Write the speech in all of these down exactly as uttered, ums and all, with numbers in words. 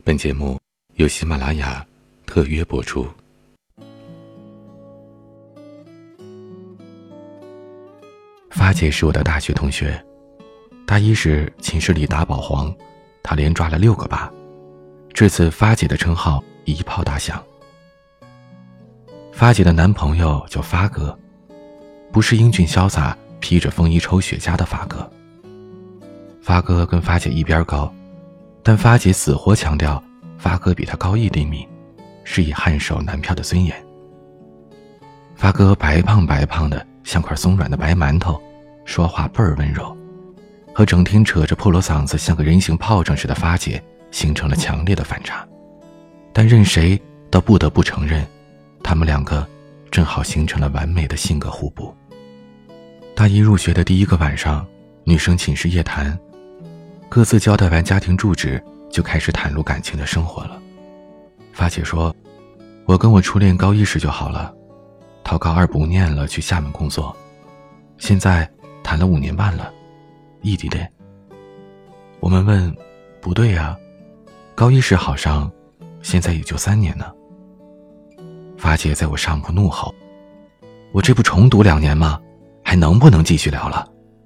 本节目由喜马拉雅特约播出。发姐是我的大学同学，大一时寝室里打保皇，她连抓了六个靶，至此发姐的称号一炮打响。发姐的男朋友叫发哥，不是英俊潇洒披着风衣抽雪茄的发哥。发哥跟发姐一边高，但发姐死活强调发哥比他高一厘米，是以汗手男票的尊严。发哥白胖白胖的，像块松软的白馒头，说话倍儿温柔，和整天扯着破锣嗓子像个人形炮仗似的发姐形成了强烈的反差。但任谁都不得不承认，他们两个正好形成了完美的性格互补。大一入学的第一个晚上，女生寝室夜谈，各自交代完家庭住址，就开始袒露感情的生活了。发姐说，我跟我初恋高一时就好了，他高二不念了，去厦门工作，现在谈了五年半了，异地恋。我们问，不对呀，高一时好上，现在也就三年呢。发姐在我上铺怒吼，我这不重读两年吗？还能不能继续聊了？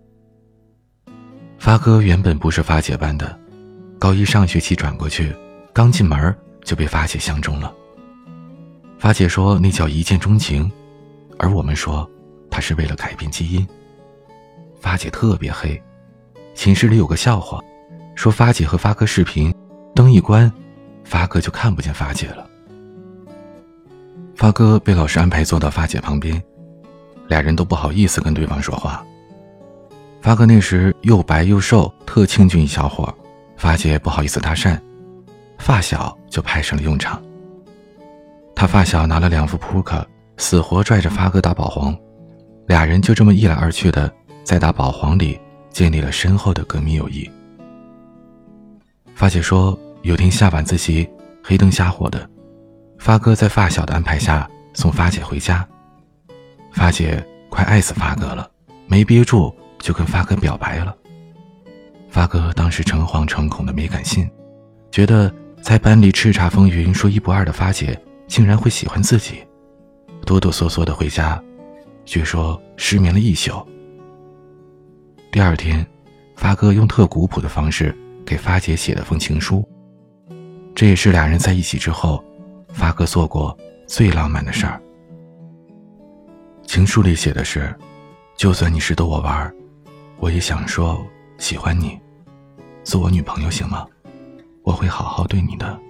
发哥原本不是发姐班的，高一上学期转过去，刚进门就被发姐相中了。发姐说那叫一见钟情，而我们说她是为了改变基因。发姐特别黑，寝室里有个笑话，说发姐和发哥视频，灯一关，发哥就看不见发姐了。发哥被老师安排坐到发姐旁边，俩人都不好意思跟对方说话。发哥那时又白又瘦，特清俊一小伙，发姐不好意思搭讪，发小就派上了用场。他发小拿了两副扑克，死活拽着发哥打保皇，俩人就这么一来二去的在打保皇里建立了深厚的革命友谊。发姐说，有天下晚自习黑灯瞎火的，发哥在发小的安排下送发姐回家，发姐快爱死发哥了，没憋住就跟发哥表白了。发哥当时诚惶诚恐的没敢信，觉得在班里叱咤风云说一不二的发姐竟然会喜欢自己，哆哆嗦嗦的回家，据说失眠了一宿。第二天，发哥用特古朴的方式给发姐写了封情书，这也是俩人在一起之后发哥做过最浪漫的事儿。情书里写的是，就算你是逗我玩，我也想说喜欢你，做我女朋友行吗？我会好好对你的。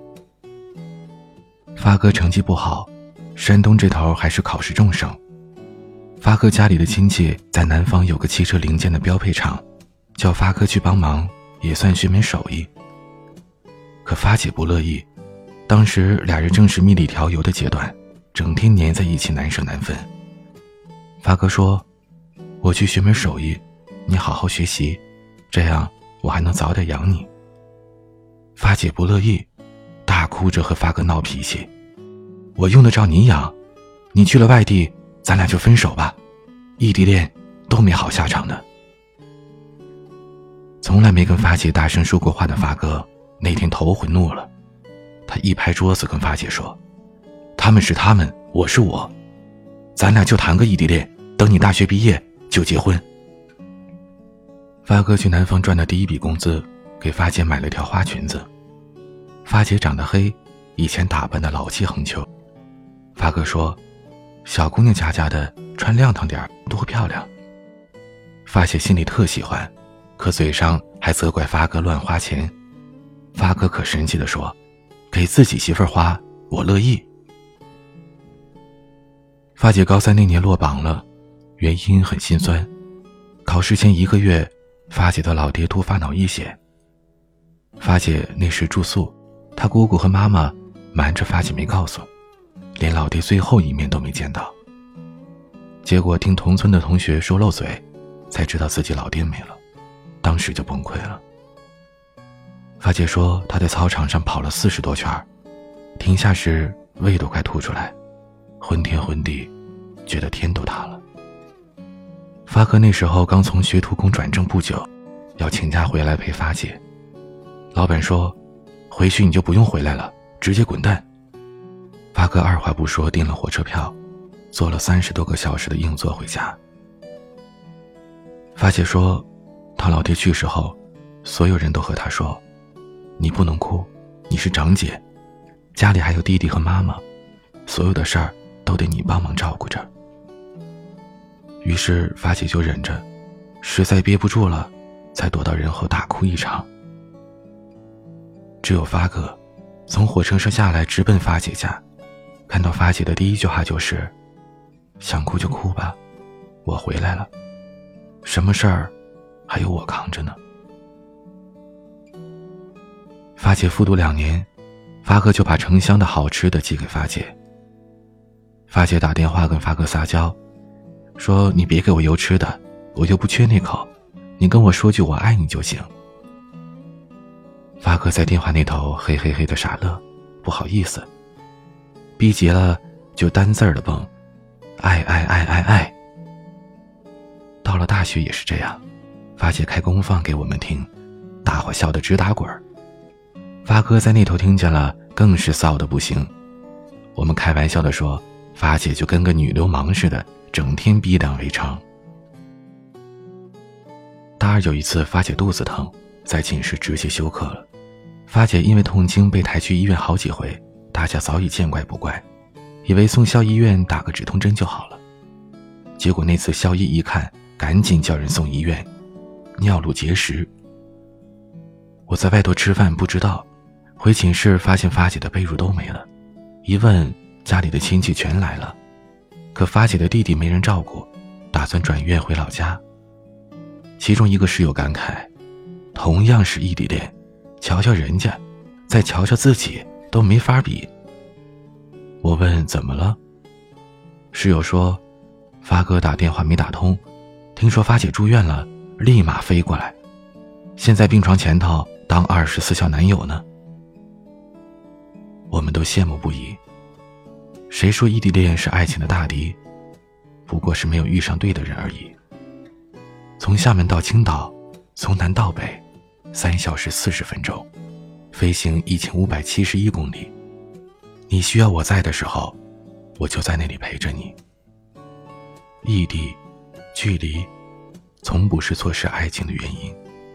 发哥成绩不好，山东这头还是考试重省。发哥家里的亲戚在南方有个汽车零件的标配厂，叫发哥去帮忙，也算学门手艺。可发姐不乐意，当时俩人正是蜜里调油的阶段，整天黏在一起难舍难分。发哥说，我去学门手艺，你好好学习，这样我还能早点养你。发姐不乐意，大哭着和发哥闹脾气，我用得着你养，你去了外地，咱俩就分手吧，异地恋都没好下场的。从来没跟发姐大声说过话的发哥那天头昏怒了，他一拍桌子跟发姐说，他们是他们，我是我，咱俩就谈个异地恋，等你大学毕业就结婚。发哥去南方赚的第一笔工资，给发姐买了条花裙子。发姐长得黑，以前打扮的老气横秋。发哥说，小姑娘家家的，穿亮堂点多漂亮。发姐心里特喜欢，可嘴上还责怪发哥乱花钱。发哥可神气地说，给自己媳妇儿花，我乐意。发姐高三那年落榜了，原因很心酸。考试前一个月，发姐的老爹突发脑溢血。发姐那时住宿，她姑姑和妈妈瞒着发姐没告诉，连老爹最后一面都没见到。结果听同村的同学说漏嘴，才知道自己老爹没了，当时就崩溃了。发姐说，她在操场上跑了四十多圈，停下时胃都快吐出来，昏天昏地，觉得天都塌了。发哥那时候刚从学徒工转正不久，要请假回来陪发姐。老板说， 回去你就不用回来了，直接滚蛋。发哥二话不说订了火车票，坐了三十多个小时的硬座回家。发姐说，她老爹去世后，所有人都和她说，你不能哭，你是长姐，家里还有弟弟和妈妈，所有的事儿都得你帮忙照顾着。于是发姐就忍着，实在憋不住了，才躲到人后大哭一场。只有发哥从火车上下来直奔发姐家，看到发姐的第一句话就是，想哭就哭吧，我回来了，什么事儿还有我扛着呢。发姐复读两年，发哥就把成箱的好吃的寄给发姐。发姐打电话跟发哥撒娇，说你别给我邮吃的，我又不缺那口，你跟我说句我爱你就行。发哥在电话那头嘿嘿嘿的傻乐，不好意思，逼急了就单字儿的蹦，爱爱爱爱爱。到了大学也是这样，发姐开功放给我们听，大伙笑得直打滚儿。发哥在那头听见了，更是臊得不行。我们开玩笑地说，发姐就跟个女流氓似的，整天逼良为娼。大二有一次，发姐肚子疼，在寝室直接休克了。发姐因为痛经被抬去医院好几回，大家早已见怪不怪，以为送校医院打个止痛针就好了。结果那次校医一看，赶紧叫人送医院，尿路结石。我在外头吃饭不知道，回寝室发现发姐的被褥都没了，一问家里的亲戚全来了，可发姐的弟弟没人照顾，打算转院回老家。其中一个室友感慨，同样是异地恋，瞧瞧人家，再瞧瞧自己，都没法比。我问怎么了，室友说，发哥打电话没打通，听说发姐住院了，立马飞过来，现在病床前头当二十四孝男友呢。我们都羡慕不已。谁说异地恋是爱情的大敌？不过是没有遇上对的人而已。从厦门到青岛，从南到北，三小时四十分钟，飞行一千五百七十一公里。你需要我在的时候，我就在那里陪着你。异地、距离，从不是错失爱情的原因。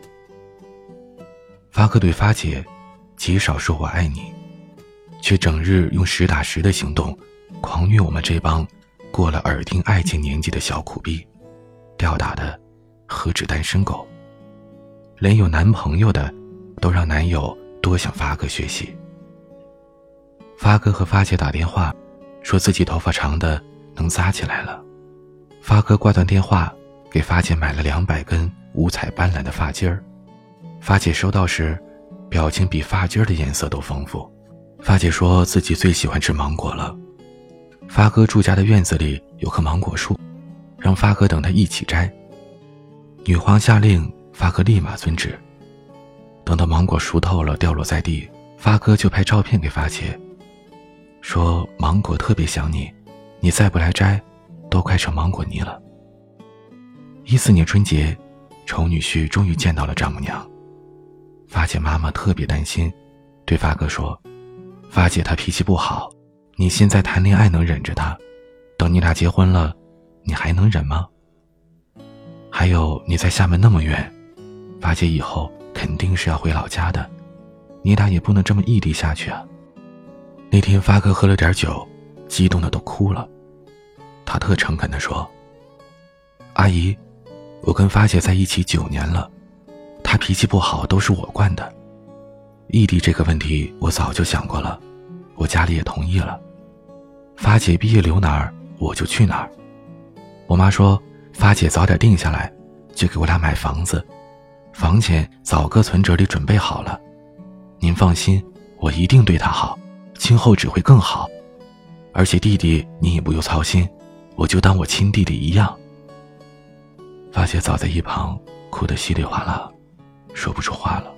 发哥对发姐极少说我爱你，却整日用实打实的行动狂虐我们这帮过了耳听爱情年纪的小苦逼，吊打的何止单身狗，连有男朋友的都让男友多向发哥学习。发哥和发姐打电话，说自己头发长的能扎起来了。发哥挂断电话，给发姐买了两百根五彩斑斓的发巾儿。发姐收到时，表情比发巾儿的颜色都丰富。发姐说自己最喜欢吃芒果了。发哥住家的院子里有棵芒果树，让发哥等他一起摘。女皇下令，发哥立马遵旨。等到芒果熟透了掉落在地，发哥就拍照片给发姐，说芒果特别想你，你再不来摘，都快成芒果泥了。一四年春节，丑女婿终于见到了丈母娘。发姐妈妈特别担心，对发哥说，发姐她脾气不好，你现在谈恋爱能忍着她，等你俩结婚了，你还能忍吗？还有你在厦门那么远，发姐以后肯定是要回老家的，你俩也不能这么异地下去啊。那天发哥喝了点酒，激动的都哭了。他特诚恳地说，阿姨，我跟发姐在一起九年了，她脾气不好都是我惯的。异地这个问题我早就想过了，我家里也同意了。发姐毕业留哪儿，我就去哪儿。我妈说，发姐早点定下来，就给我俩买房子，房钱早搁存折里准备好了。您放心，我一定对她好，今后只会更好。而且弟弟你也不用操心，我就当我亲弟弟一样。发姐早在一旁哭得稀里哗啦，说不出话了。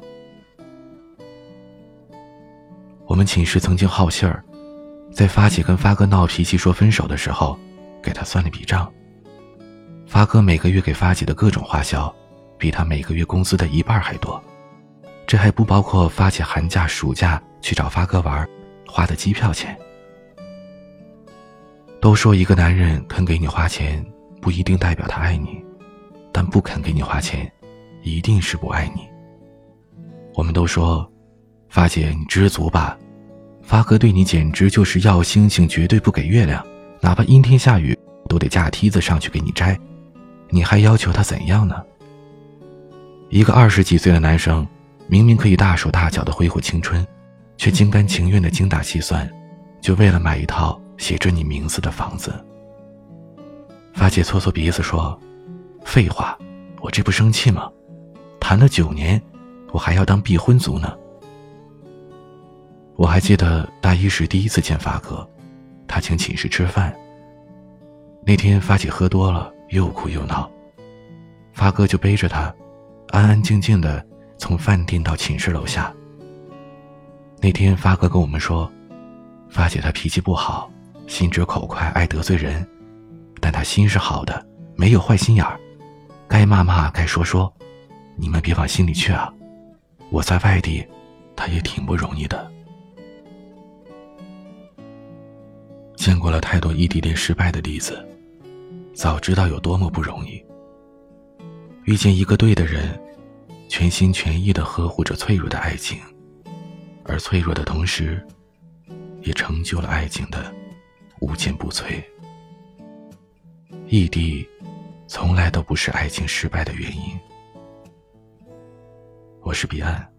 我们寝室曾经好信儿，在发姐跟发哥闹脾气说分手的时候，给他算了笔账。发哥每个月给发姐的各种花销，比他每个月工资的一半还多。 这还不包括发姐寒假暑假去找发哥玩花的机票钱。都说一个男人肯给你花钱不一定代表他爱你，但不肯给你花钱一定是不爱你。我们都说发姐你知足吧，发哥对你简直就是要星星绝对不给月亮，哪怕阴天下雨都得架梯子上去给你摘，你还要求他怎样呢？一个二十几岁的男生明明可以大手大脚的挥霍青春，却心甘情愿的精打细算，就为了买一套写着你名字的房子。发姐搓搓鼻子说，废话，我这不生气吗？谈了九年，我还要当必婚族呢。我还记得大一时第一次见发哥，他请寝室吃饭。那天发姐喝多了，又哭又闹，发哥就背着她安安静静地从饭店到寝室楼下。那天发哥跟我们说，发姐她脾气不好，心直口快，爱得罪人，但她心是好的，没有坏心眼儿，该骂骂该说说，你们别往心里去啊，我在外地她也挺不容易的。见过了太多异地恋失败的例子，早知道有多么不容易。遇见一个对的人，全心全意地呵护着脆弱的爱情，而脆弱的同时也成就了爱情的无坚不摧。异地从来都不是爱情失败的原因。我是彼岸，